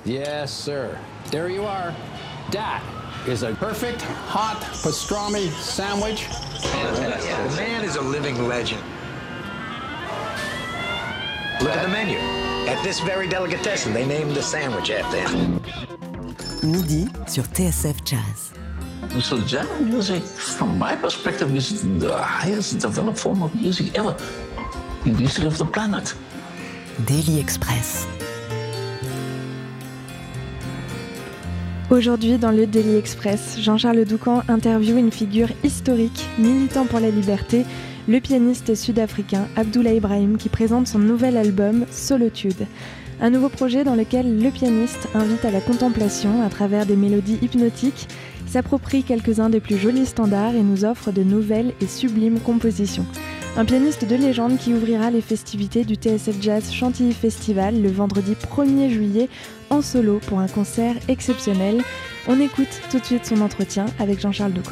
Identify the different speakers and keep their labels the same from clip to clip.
Speaker 1: Yes, sir. There you are. That is a perfect hot pastrami sandwich.
Speaker 2: Fantastic. The man is a living legend. Look at the menu. At this very delicatessen, they named the sandwich after him.
Speaker 3: Midi sur TSF Jazz.
Speaker 4: So jazz music, from my perspective, is the highest developed form of music ever in the history of the planet.
Speaker 3: Daily Express.
Speaker 5: Aujourd'hui, dans le Daily Express, Jean-Charles Doucan interviewe une figure historique, militant pour la liberté, le pianiste sud-africain Abdoulaye Ibrahim, qui présente son nouvel album Solitude. Un nouveau projet dans lequel le pianiste invite à la contemplation à travers des mélodies hypnotiques, s'approprie quelques-uns des plus jolis standards et nous offre de nouvelles et sublimes compositions. Un pianiste de légende qui ouvrira les festivités du TSF Jazz Chantilly Festival le vendredi 1er juillet en solo pour un concert exceptionnel. On écoute tout de suite son entretien avec Jean-Charles Doucan.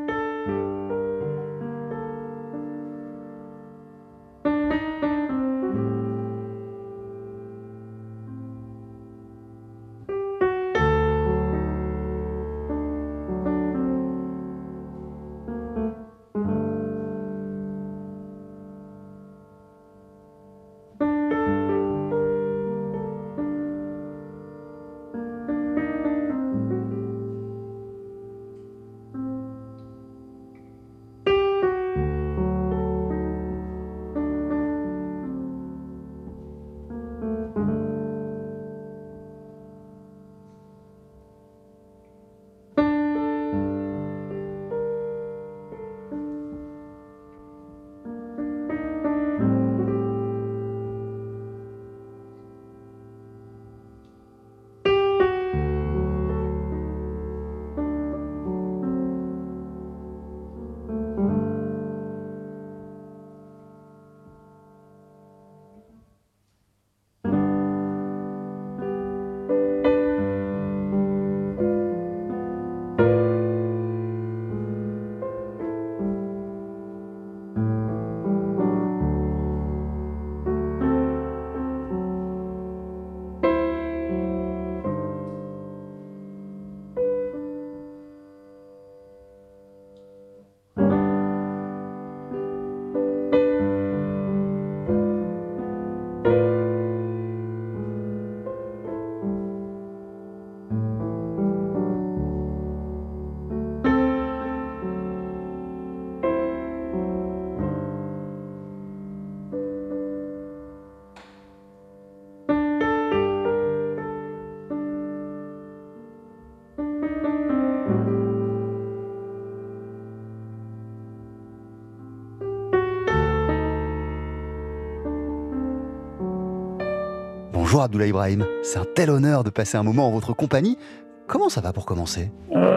Speaker 6: Bonjour Abdoulaye Ibrahim, c'est un tel honneur de passer un moment en votre compagnie. Comment ça va pour commencer ?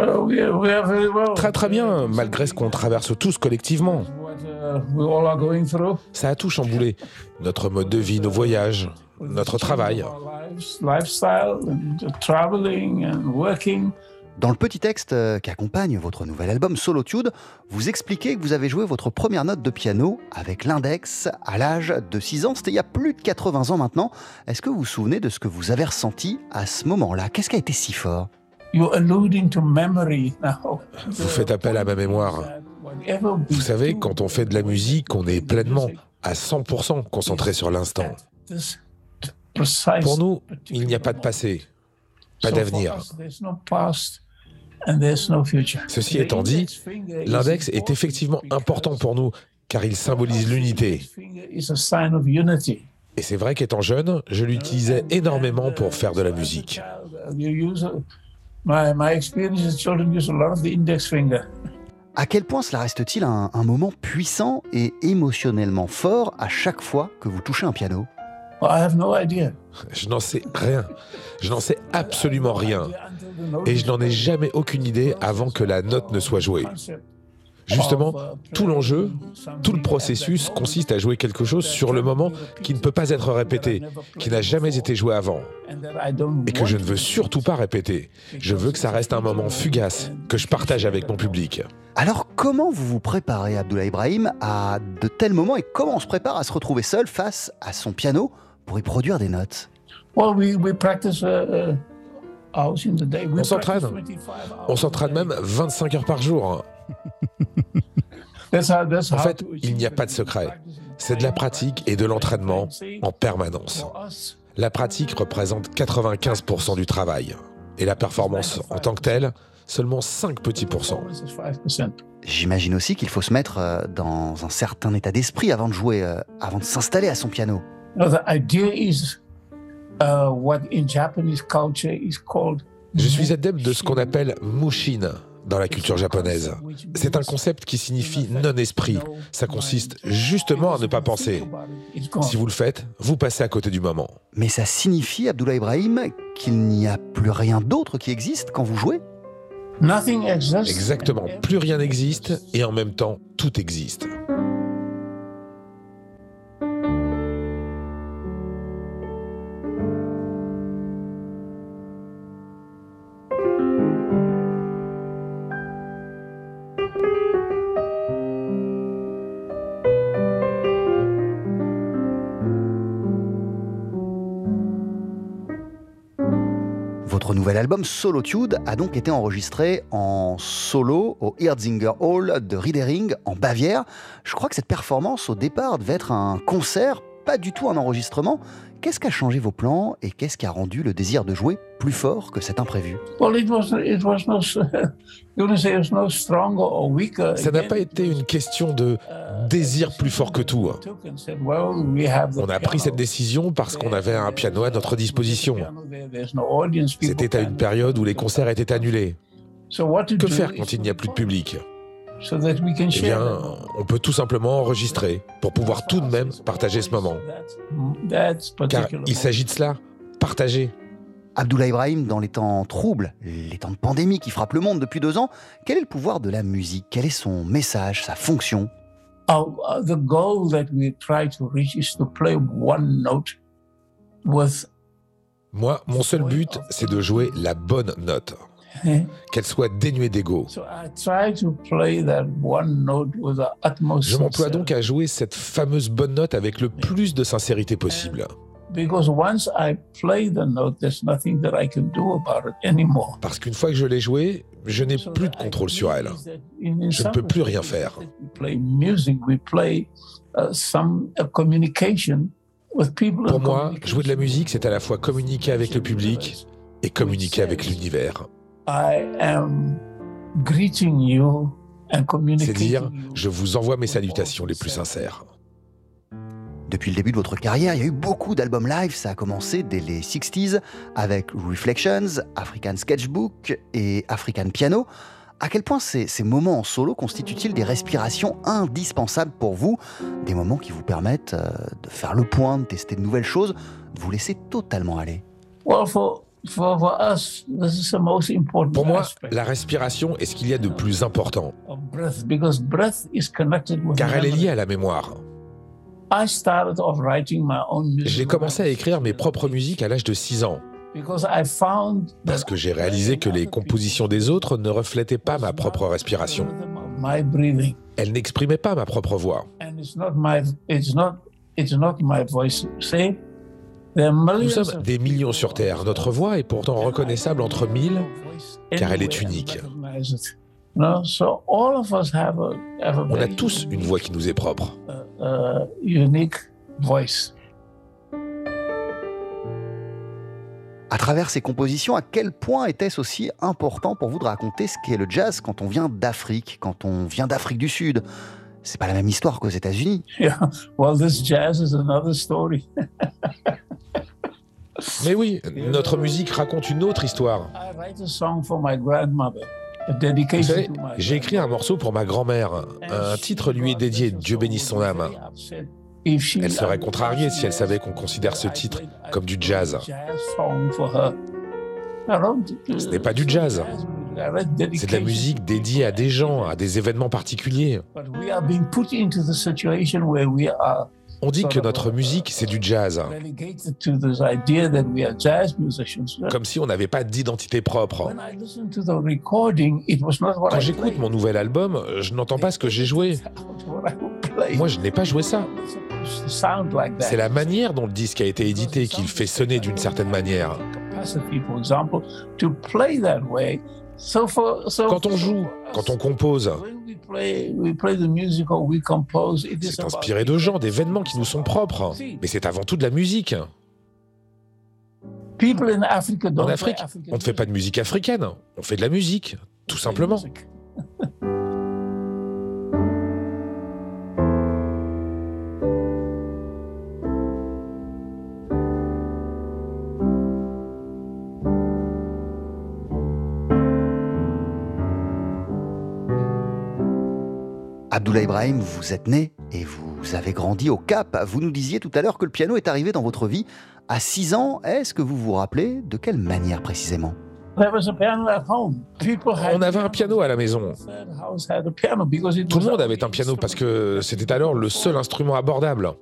Speaker 7: Très très bien, malgré ce qu'on traverse tous collectivement. Ça a tout chamboulé. Notre mode de vie, nos voyages, notre travail.
Speaker 6: Dans le petit texte qui accompagne votre nouvel album Solitude, vous expliquez que vous avez joué votre première note de piano avec l'index à l'âge de 6 ans. C'était il y a plus de 80 ans maintenant. Est-ce que vous vous souvenez de ce que vous avez ressenti à ce moment-là ? Qu'est-ce qui a été si fort ?
Speaker 7: Vous faites appel à ma mémoire. Vous savez, quand on fait de la musique, on est pleinement, à 100% concentré sur l'instant. Pour nous, il n'y a pas de passé, pas d'avenir. Ceci étant dit, l'index est effectivement important pour nous, car il symbolise l'unité. Et c'est vrai qu'étant jeune, je l'utilisais énormément pour faire de la musique.
Speaker 6: À quel point cela reste-t-il un moment puissant et émotionnellement fort à chaque fois que vous touchez un piano ?
Speaker 7: Je n'en sais rien. Je n'en sais absolument rien. Et je n'en ai jamais aucune idée avant que la note ne soit jouée. Justement, tout l'enjeu, tout le processus consiste à jouer quelque chose sur le moment qui ne peut pas être répété, qui n'a jamais été joué avant, et que je ne veux surtout pas répéter. Je veux que ça reste un moment fugace, que je partage avec mon public.
Speaker 6: Alors comment vous vous préparez, Abdoulaye Ibrahim, à de tels moments et comment on se prépare à se retrouver seul face à son piano pour y produire des notes ?
Speaker 7: On s'entraîne. On s'entraîne même 25 heures par jour. En fait, il n'y a pas de secret. C'est de la pratique et de l'entraînement en permanence. La pratique représente 95% du travail. Et la performance en tant que telle, seulement 5 petits pourcents.
Speaker 6: J'imagine aussi qu'il faut se mettre dans un certain état d'esprit avant de jouer, avant de s'installer à son piano.
Speaker 7: Je suis adepte de ce qu'on appelle mushin dans la culture japonaise. C'est un concept qui signifie non-esprit. Ça consiste justement à ne pas penser. Si vous le faites, vous passez à côté du moment.
Speaker 6: Mais ça signifie, Abdoulaye Ibrahim, qu'il n'y a plus rien d'autre qui existe quand vous jouez ?
Speaker 7: Exactement, plus rien n'existe et en même temps, tout existe.
Speaker 6: Votre nouvel album Solotude a donc été enregistré en solo au Hirzinger Hall de Riedering en Bavière. Je crois que cette performance au départ devait être un concert, pas du tout un enregistrement. Qu'est-ce qui a changé vos plans et qu'est-ce qui a rendu le désir de jouer plus fort que cet imprévu ?
Speaker 7: Ça n'a pas été une question de désir plus fort que tout. On a pris cette décision parce qu'on avait un piano à notre disposition. C'était à une période où les concerts étaient annulés. Que faire quand il n'y a plus de public ? Eh bien, on peut tout simplement enregistrer pour pouvoir tout de même partager ce moment. Car il s'agit de cela, partager.
Speaker 6: Abdoulaye Ibrahim, dans les temps troubles, les temps de pandémie qui frappent le monde depuis 2 ans, quel est le pouvoir de la musique ? Quel est son message, sa fonction ?
Speaker 7: Moi, mon seul but, c'est de jouer la bonne note. Qu'elle soit dénuée d'ego. Je m'emploie donc à jouer cette fameuse bonne note avec le plus de sincérité possible. Parce qu'une fois que je l'ai jouée, je n'ai plus de contrôle sur elle. Je ne peux plus rien faire. Pour moi, jouer de la musique, c'est à la fois communiquer avec le public et communiquer avec l'univers. C'est dire, je vous envoie mes salutations les plus sincères.
Speaker 6: Depuis le début de votre carrière, il y a eu beaucoup d'albums live. Ça a commencé dès les 60s avec Reflections, African Sketchbook et African Piano. À quel point ces moments en solo constituent-ils des respirations indispensables pour vous ? Des moments qui vous permettent de faire le point, de tester de nouvelles choses, de vous laisser totalement aller.
Speaker 7: Pour moi, la respiration est ce qu'il y a de plus important, car elle est liée à la mémoire. J'ai commencé à écrire mes propres musiques à l'âge de 6 ans, parce que j'ai réalisé que les compositions des autres ne reflétaient pas ma propre respiration. Elles n'exprimaient pas ma propre voix. Nous sommes des millions sur Terre. Notre voix est pourtant reconnaissable entre 1000, car elle est unique. On a tous une voix qui nous est propre.
Speaker 6: À travers ces compositions, à quel point était-ce aussi important pour vous de raconter ce qu'est le jazz quand on vient d'Afrique, quand on vient d'Afrique du Sud ? C'est pas la même histoire qu'aux États-Unis.
Speaker 7: Mais oui, notre musique raconte une autre histoire. Vous savez, j'ai écrit un morceau pour ma grand-mère. Un titre lui est dédié, Dieu bénisse son âme. Elle serait contrariée si elle savait qu'on considère ce titre comme du jazz. Ce n'est pas du jazz. C'est de la musique dédiée à des gens, à des événements particuliers. On dit que notre musique, c'est du jazz. Comme si on n'avait pas d'identité propre. Quand j'écoute mon nouvel album, je n'entends pas ce que j'ai joué. Moi, je n'ai pas joué ça. C'est la manière dont le disque a été édité qui le fait sonner d'une certaine manière. Quand on joue, quand on compose, c'est inspiré de gens, d'événements qui nous sont propres. Mais c'est avant tout de la musique. En Afrique, on ne fait pas de musique africaine, on fait de la musique, tout simplement.
Speaker 6: Abdoulaye Ibrahim, vous êtes né et vous avez grandi au Cap. Vous nous disiez tout à l'heure que le piano est arrivé dans votre vie à 6 ans. Est-ce que vous vous rappelez de quelle manière précisément ?
Speaker 7: On avait un piano à la maison. Tout le monde avait un piano parce que c'était alors le seul instrument abordable.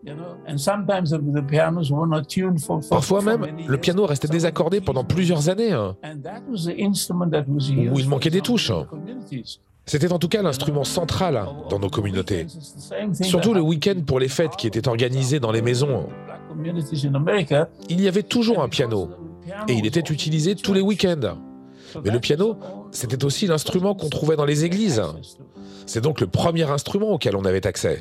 Speaker 7: Parfois même, le piano restait désaccordé pendant plusieurs années, où il manquait des touches. C'était en tout cas l'instrument central dans nos communautés. Surtout le week-end pour les fêtes qui étaient organisées dans les maisons. Il y avait toujours un piano et il était utilisé tous les week-ends. Mais le piano, c'était aussi l'instrument qu'on trouvait dans les églises. C'est donc le premier instrument auquel on avait accès.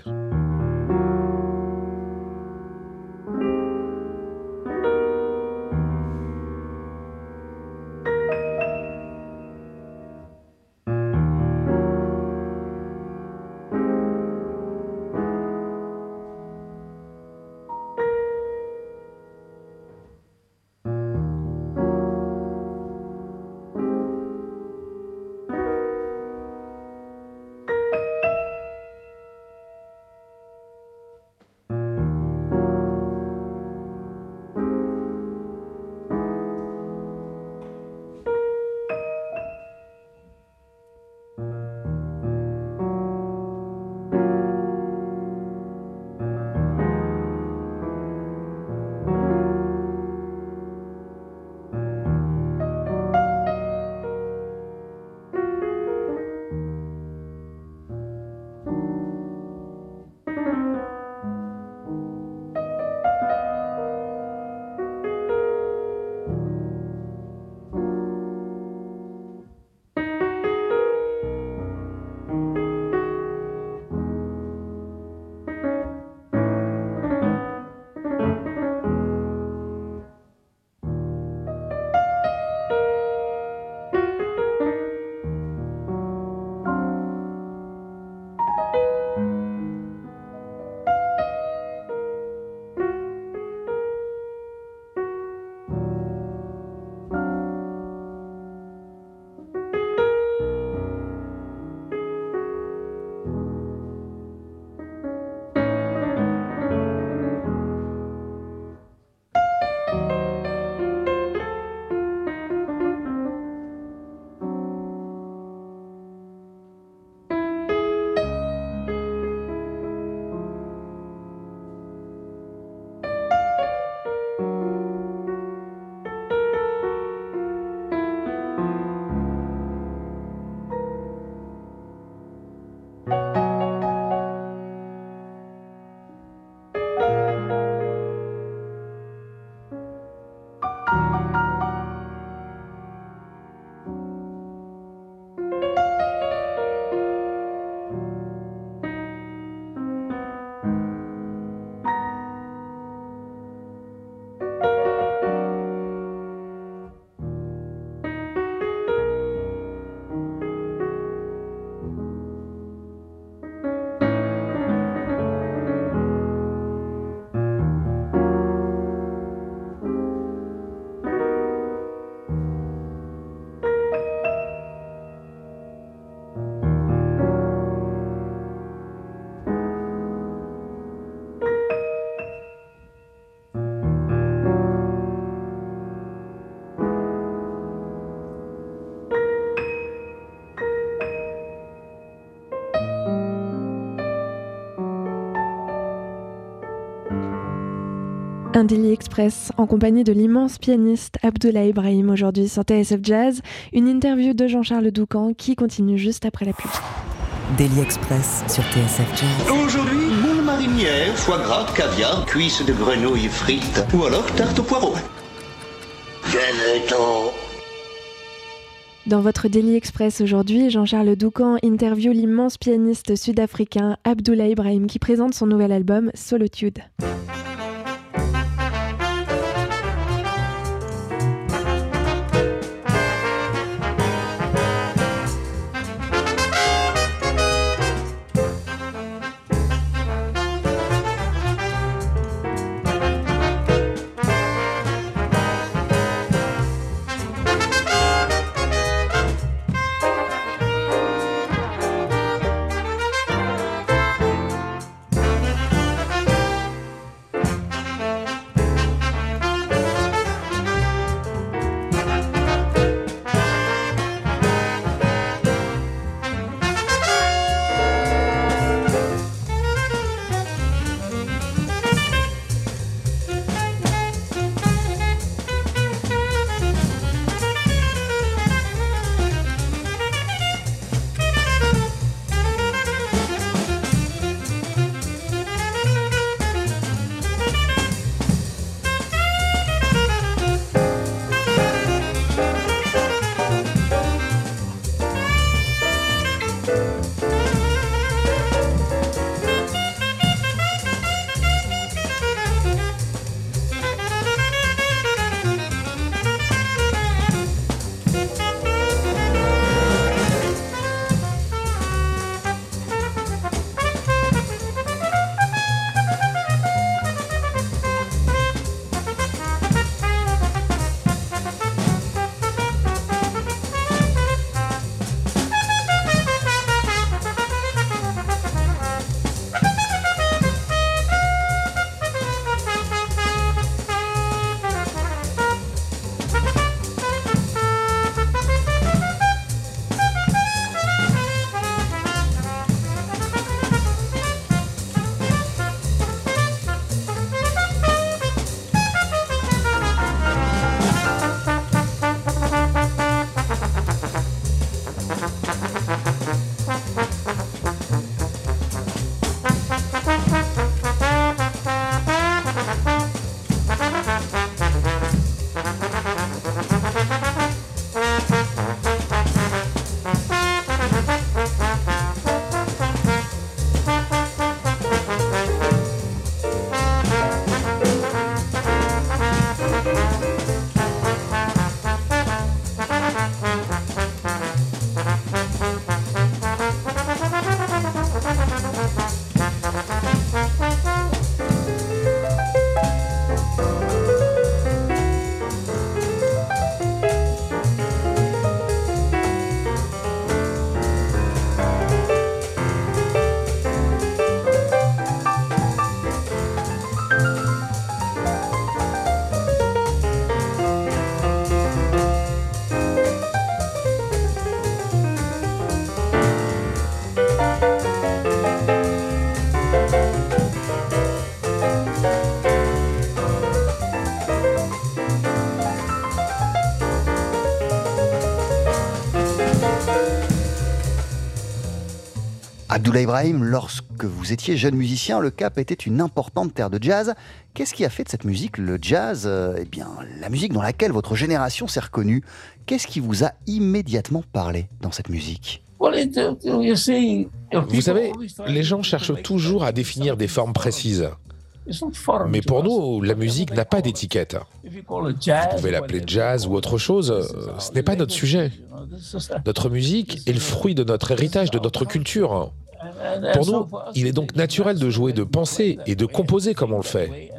Speaker 5: Un Daily Express en compagnie de l'immense pianiste Abdoulaye Ibrahim aujourd'hui sur TSF Jazz. Une interview de Jean-Charles Doucan qui continue juste après la pub.
Speaker 3: Daily Express sur TSF Jazz.
Speaker 8: Aujourd'hui, moule marinière, foie gras, caviar, cuisses de grenouille frites ou alors tarte au poireau.
Speaker 5: Dans votre Daily Express aujourd'hui, Jean-Charles Doucan interviewe l'immense pianiste sud-africain Abdoulaye Ibrahim qui présente son nouvel album Solitude.
Speaker 6: Abdoulaye Ibrahim, lorsque vous étiez jeune musicien, le Cap était une importante terre de jazz. Qu'est-ce qui a fait de cette musique, le jazz, eh bien, la musique dans laquelle votre génération s'est reconnue? Qu'est-ce qui vous a immédiatement parlé dans cette musique?
Speaker 4: Vous
Speaker 7: savez, les gens cherchent toujours à définir des formes précises. Mais pour nous, la musique n'a pas d'étiquette. Vous pouvez l'appeler jazz ou autre chose, ce n'est pas notre sujet. Notre musique est le fruit de notre héritage, de notre culture. Pour nous, il est donc naturel de jouer, de penser et de composer comme on le fait.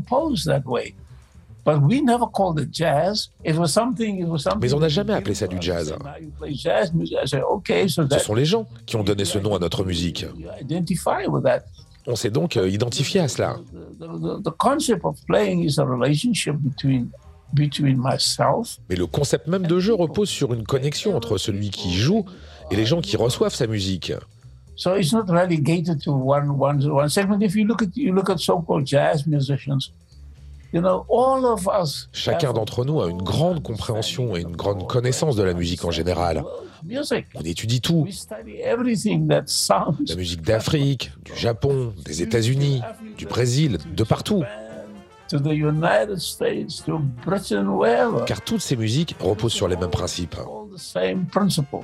Speaker 7: Mais on n'a jamais appelé ça du jazz. Ce sont les gens qui ont donné ce nom à notre musique. On s'est donc identifié à cela. Mais le concept même de jeu repose sur une connexion entre celui qui joue et les gens qui reçoivent sa musique.
Speaker 4: So it's not relegated to one segment. If you look at so-called jazz musicians, you know, all of us.
Speaker 7: Chacun d'entre nous a une grande compréhension et une grande connaissance de la musique en général. On étudie tout. La musique d'Afrique, du Japon, des États-Unis, du Brésil, de partout.
Speaker 4: to the United States, to Britain, wherever.
Speaker 7: Car toutes ces musiques reposent sur les mêmes principes.
Speaker 4: All the same principle.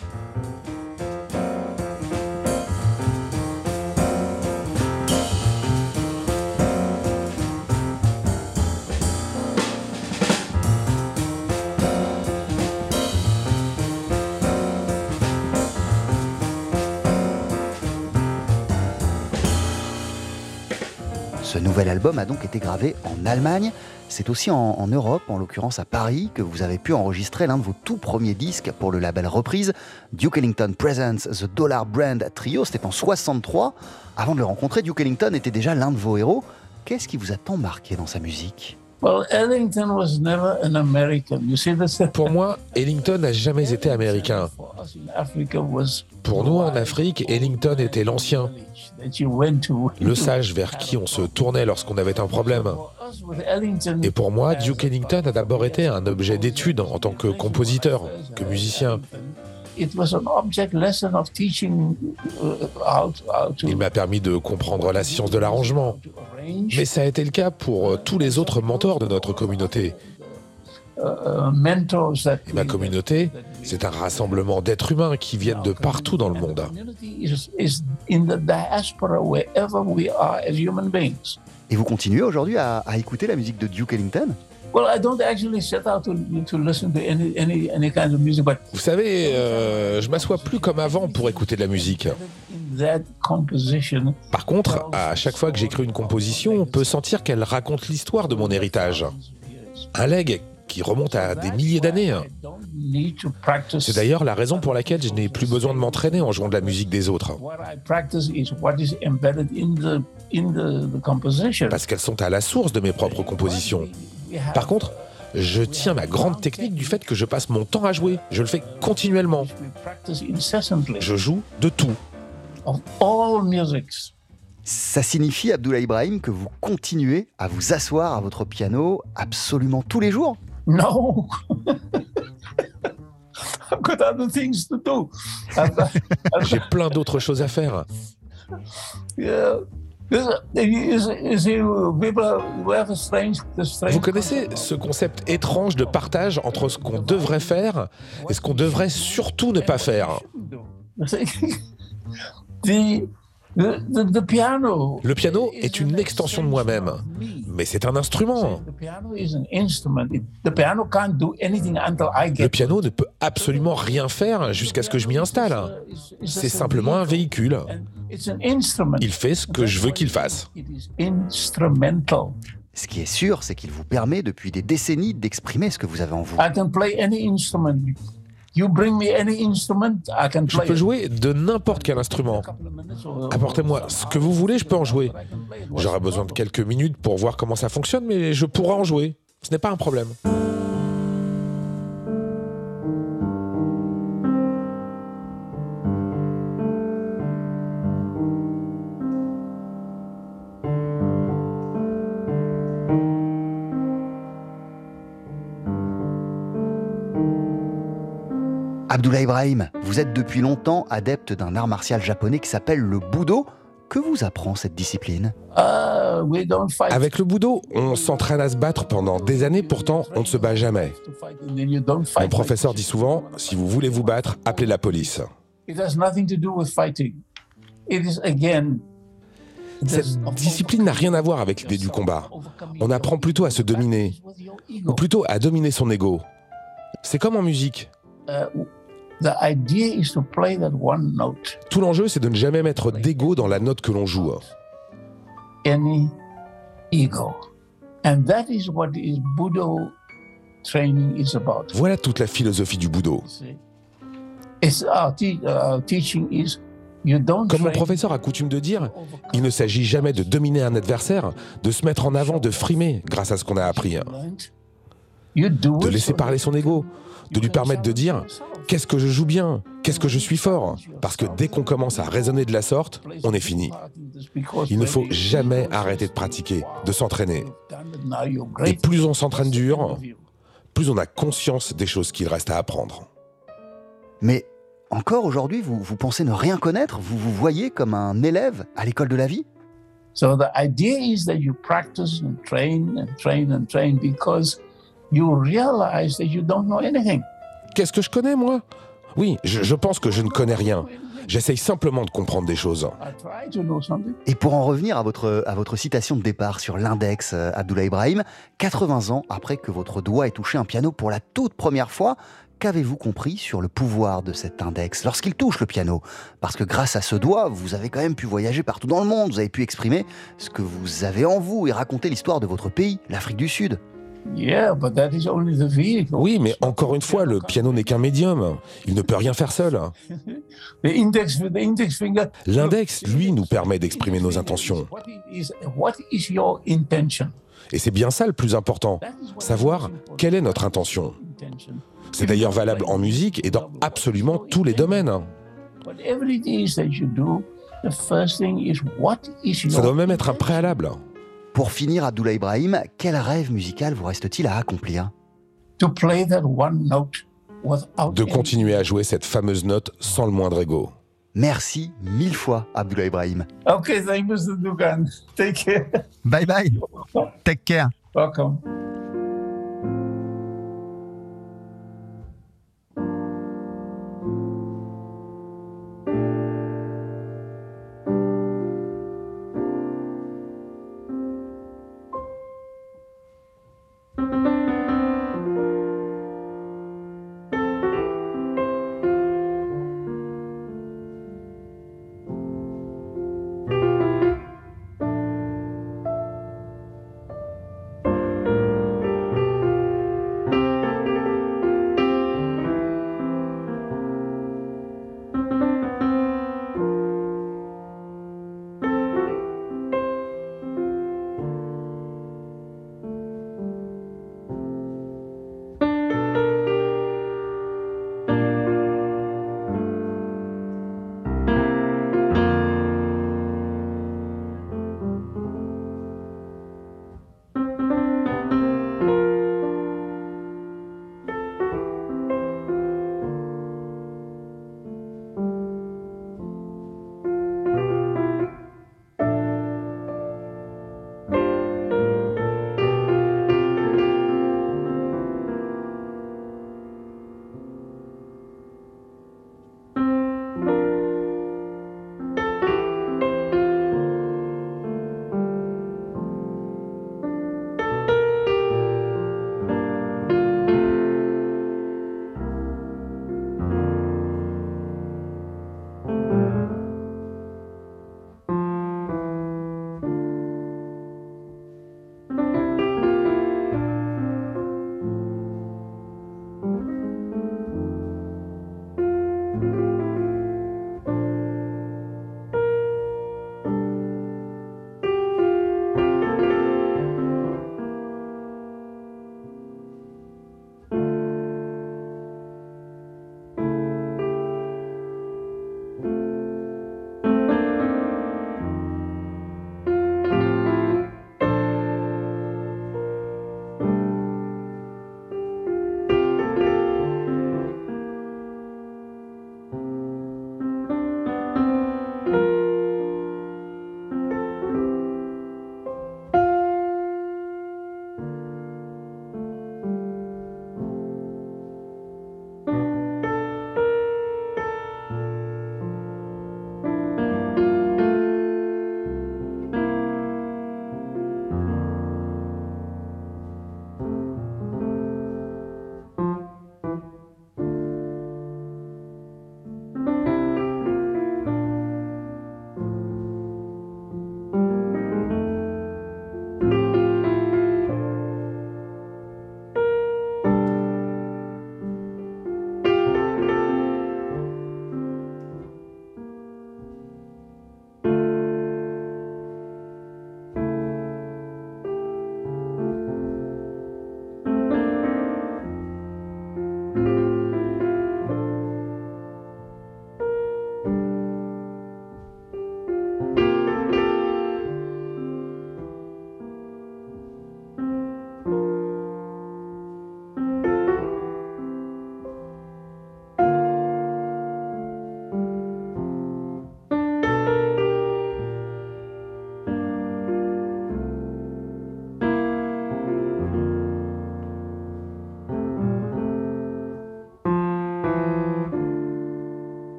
Speaker 6: Ce nouvel album a donc été gravé en Allemagne. C'est aussi en Europe, en l'occurrence à Paris, que vous avez pu enregistrer l'un de vos tout premiers disques pour le label Reprise, Duke Ellington Presents The Dollar Brand Trio. C'était en 63. Avant de le rencontrer, Duke Ellington était déjà l'un de vos héros. Qu'est-ce qui vous a tant marqué dans sa musique ?
Speaker 4: Well, Ellington was never an American. You see,
Speaker 7: Pour moi, Ellington n'a jamais été américain. Pour nous, en Afrique, Ellington était l'ancien, le sage vers qui on se tournait lorsqu'on avait un problème. Et pour moi, Duke Ellington a d'abord été un objet d'étude en tant que compositeur, que musicien. Il m'a permis de comprendre la science de l'arrangement. Mais ça a été le cas pour tous les autres mentors de notre communauté. Et ma communauté, c'est un rassemblement d'êtres humains qui viennent de partout dans le monde.
Speaker 6: Et vous continuez aujourd'hui à écouter la musique de Duke Ellington ?
Speaker 7: Vous savez, je m'assois plus comme avant pour écouter de la musique. Par contre, à chaque fois que j'écris une composition, on peut sentir qu'elle raconte l'histoire de mon héritage. Un legs qui remonte à des milliers d'années. C'est d'ailleurs la raison pour laquelle je n'ai plus besoin de m'entraîner en jouant de la musique des autres. Parce qu'elles sont à la source de mes propres compositions. Par contre, je tiens ma grande technique du fait que je passe mon temps à jouer. Je le fais continuellement. Je joue de tout.
Speaker 6: Ça signifie, Abdoulaye Ibrahim, que vous continuez à vous asseoir à votre piano absolument tous les jours ?
Speaker 4: Non. I've got other things to do.
Speaker 7: J'ai plein d'autres choses à faire.
Speaker 4: Yeah.
Speaker 7: Vous connaissez ce concept étrange de partage entre ce qu'on devrait faire et ce qu'on devrait surtout ne pas faire. Le piano est une extension de moi-même, mais c'est un instrument. Le piano ne peut absolument rien faire jusqu'à ce que je m'y installe. C'est simplement un véhicule. Il fait ce que je veux qu'il fasse.
Speaker 6: Ce qui est sûr, c'est qu'il vous permet depuis des décennies d'exprimer ce que vous avez en vous.
Speaker 7: Je peux jouer de n'importe quel instrument. Apportez-moi ce que vous voulez, je peux en jouer. J'aurai besoin de quelques minutes pour voir comment ça fonctionne, mais je pourrai en jouer. Ce n'est pas un problème.
Speaker 6: Abdoulaye Ibrahim, vous êtes depuis longtemps adepte d'un art martial japonais qui s'appelle le Budo. Que vous apprend cette discipline ?
Speaker 7: Avec le Budo, on s'entraîne à se battre pendant des années, pourtant on ne se bat jamais. Mon professeur dit souvent, si vous voulez vous battre, appelez la police. Cette discipline n'a rien à voir avec l'idée du combat. On apprend plutôt à se dominer, ou plutôt à dominer son ego. C'est comme en musique. Tout l'enjeu, c'est de ne jamais mettre d'ego dans la note que l'on joue. Voilà toute la philosophie du Budo. Comme mon professeur a coutume de dire, il ne s'agit jamais de dominer un adversaire, de se mettre en avant, de frimer grâce à ce qu'on a appris. De laisser parler son ego, de lui permettre de dire « Qu'est-ce que je joue bien ? Qu'est-ce que je suis fort ?» Parce que dès qu'on commence à raisonner de la sorte, on est fini. Il ne faut jamais arrêter de pratiquer, de s'entraîner. Et plus on s'entraîne dur, plus on a conscience des choses qu'il reste à apprendre.
Speaker 6: Mais encore aujourd'hui, vous pensez ne rien connaître ? Vous vous voyez comme un élève à l'école de la vie ?
Speaker 8: So the idea is that you practice and train and train and train because you realize that you don't know anything.
Speaker 7: Qu'est-ce que je connais, moi? Oui, je pense que je ne connais rien. J'essaye simplement de comprendre des choses.
Speaker 8: I try to know something.
Speaker 6: Et pour en revenir à votre citation de départ sur l'index, Abdoulaye Ibrahim, 80 ans après que votre doigt ait touché un piano pour la toute première fois, qu'avez-vous compris sur le pouvoir de cet index lorsqu'il touche le piano? Parce que grâce à ce doigt, vous avez quand même pu voyager partout dans le monde, vous avez pu exprimer ce que vous avez en vous et raconter l'histoire de votre pays, l'Afrique du Sud.
Speaker 8: Yeah, but that is only the vehicle.
Speaker 7: Oui, mais encore une fois, le piano n'est qu'un médium. Il ne peut rien faire seul.
Speaker 8: The index finger.
Speaker 7: L'index, lui, nous permet d'exprimer nos intentions.
Speaker 8: What is your intention?
Speaker 7: Et c'est bien ça le plus important. Savoir quelle est notre intention. C'est d'ailleurs valable en musique et dans absolument tous les domaines.
Speaker 8: But every day that you do, the first thing is what is
Speaker 7: Ça
Speaker 8: your
Speaker 7: doit même être un préalable.
Speaker 6: Pour finir, Abdoulaye Ibrahim, quel rêve musical vous reste-t-il à accomplir?
Speaker 8: to play that one note without
Speaker 7: De continuer à jouer cette fameuse note sans le moindre ego.
Speaker 6: Merci 1000 fois, Abdoulaye Ibrahim.
Speaker 8: Okay, thank you, Mr. Dugan. Take care.
Speaker 6: Bye bye. Take care.
Speaker 8: Welcome.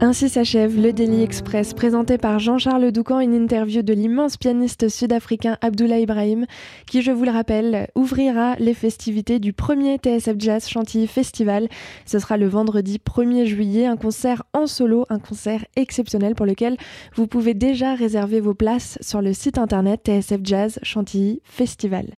Speaker 5: Ainsi s'achève le Daily Express présenté par Jean-Charles Doucan, une interview de l'immense pianiste sud-africain Abdoulaye Ibrahim qui, je vous le rappelle, ouvrira les festivités du premier TSF Jazz Chantilly Festival. Ce sera le vendredi 1er juillet, un concert en solo, un concert exceptionnel pour lequel vous pouvez déjà réserver vos places sur le site internet TSF Jazz Chantilly Festival.